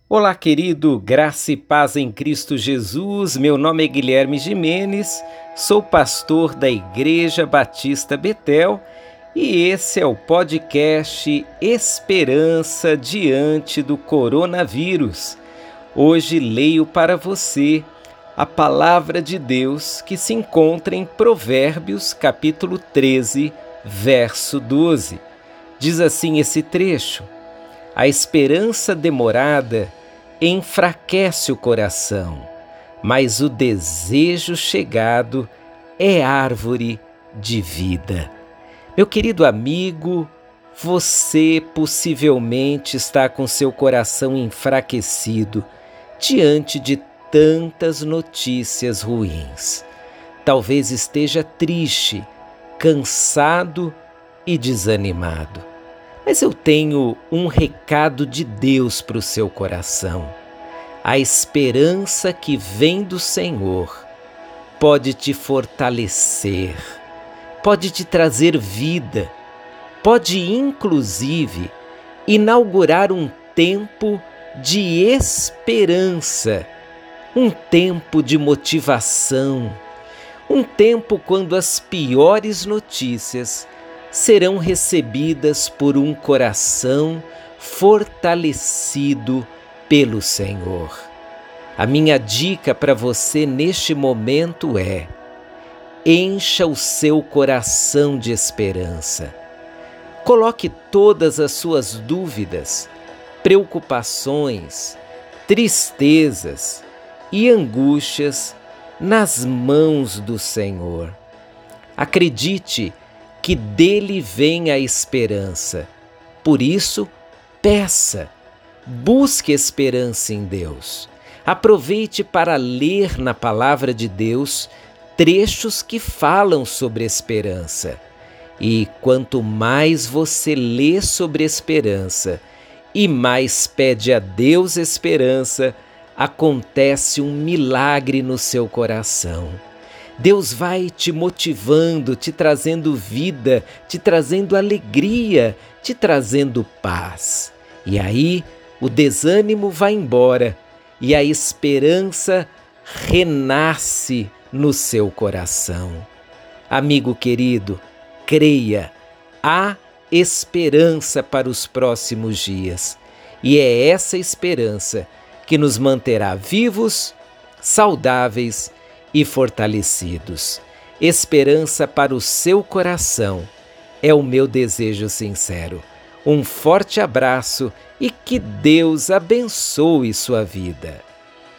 Olá, querido, graça e paz em Cristo Jesus. Meu nome é Guilherme Gimenez, sou pastor da Igreja Batista Betel e esse é o podcast Esperança Diante do Coronavírus. Hoje leio para você a palavra de Deus que se encontra em Provérbios, capítulo 13, verso 12. Diz assim esse trecho: a esperança demorada enfraquece o coração, mas o desejo chegado é árvore de vida. Meu querido amigo, você possivelmente está com seu coração enfraquecido diante de tantas notícias ruins. Talvez esteja triste, cansado e desanimado. Mas eu tenho um recado de Deus para o seu coração. A esperança que vem do Senhor pode te fortalecer, pode te trazer vida, pode inclusive inaugurar um tempo de esperança, um tempo de motivação, um tempo quando as piores notícias serão recebidas por um coração fortalecido pelo Senhor. A minha dica para você neste momento é: encha o seu coração de esperança. Coloque todas as suas dúvidas, preocupações, tristezas e angústias nas mãos do Senhor. Acredite que dele vem a esperança. Por isso, peça, busque esperança em Deus. Aproveite para ler na palavra de Deus trechos que falam sobre esperança. E quanto mais você lê sobre esperança e mais pede a Deus esperança, acontece um milagre no seu coração. Deus vai te motivando, te trazendo vida, te trazendo alegria, te trazendo paz. E aí o desânimo vai embora e a esperança renasce no seu coração. Amigo querido, creia, há esperança para os próximos dias. E é essa esperança que nos manterá vivos, saudáveis e fortalecidos. Esperança para o seu coração é o meu desejo sincero. Um forte abraço e que Deus abençoe sua vida.